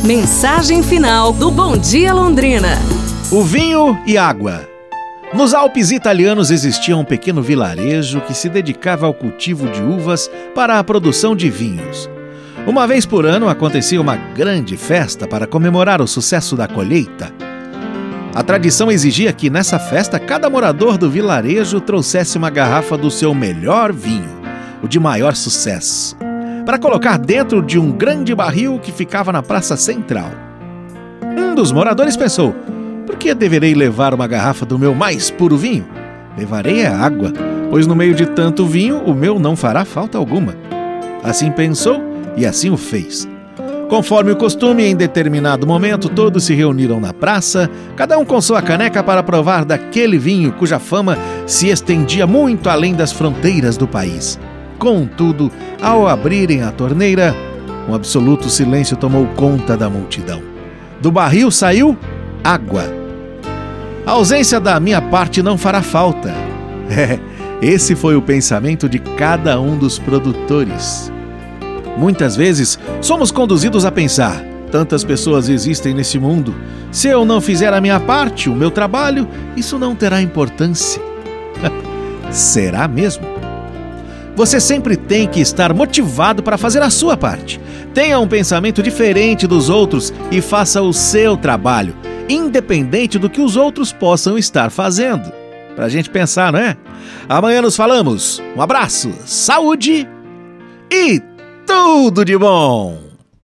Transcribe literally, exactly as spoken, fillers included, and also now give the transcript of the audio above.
Mensagem final do Bom Dia Londrina. O vinho e água. Nos Alpes italianos existia um pequeno vilarejo que se dedicava ao cultivo de uvas para a produção de vinhos. Uma vez por ano acontecia uma grande festa para comemorar o sucesso da colheita. A tradição exigia que nessa festa cada morador do vilarejo trouxesse uma garrafa do seu melhor vinho, o de maior sucesso, para colocar dentro de um grande barril que ficava na praça central. Um dos moradores pensou: por que deverei levar uma garrafa do meu mais puro vinho? Levarei a água, pois no meio de tanto vinho o meu não fará falta alguma. Assim pensou e assim o fez. Conforme o costume, em determinado momento todos se reuniram na praça, cada um com sua caneca para provar daquele vinho cuja fama se estendia muito além das fronteiras do país. Contudo, ao abrirem a torneira, um absoluto silêncio tomou conta da multidão. Do barril saiu água. A ausência da minha parte não fará falta. É, esse foi o pensamento de cada um dos produtores. Muitas vezes somos conduzidos a pensar: tantas pessoas existem nesse mundo, se eu não fizer a minha parte, o meu trabalho, isso não terá importância. Será mesmo? Você sempre tem que estar motivado para fazer a sua parte. Tenha um pensamento diferente dos outros e faça o seu trabalho, independente do que os outros possam estar fazendo. Pra gente pensar, não é? Amanhã nos falamos. Um abraço, saúde e tudo de bom!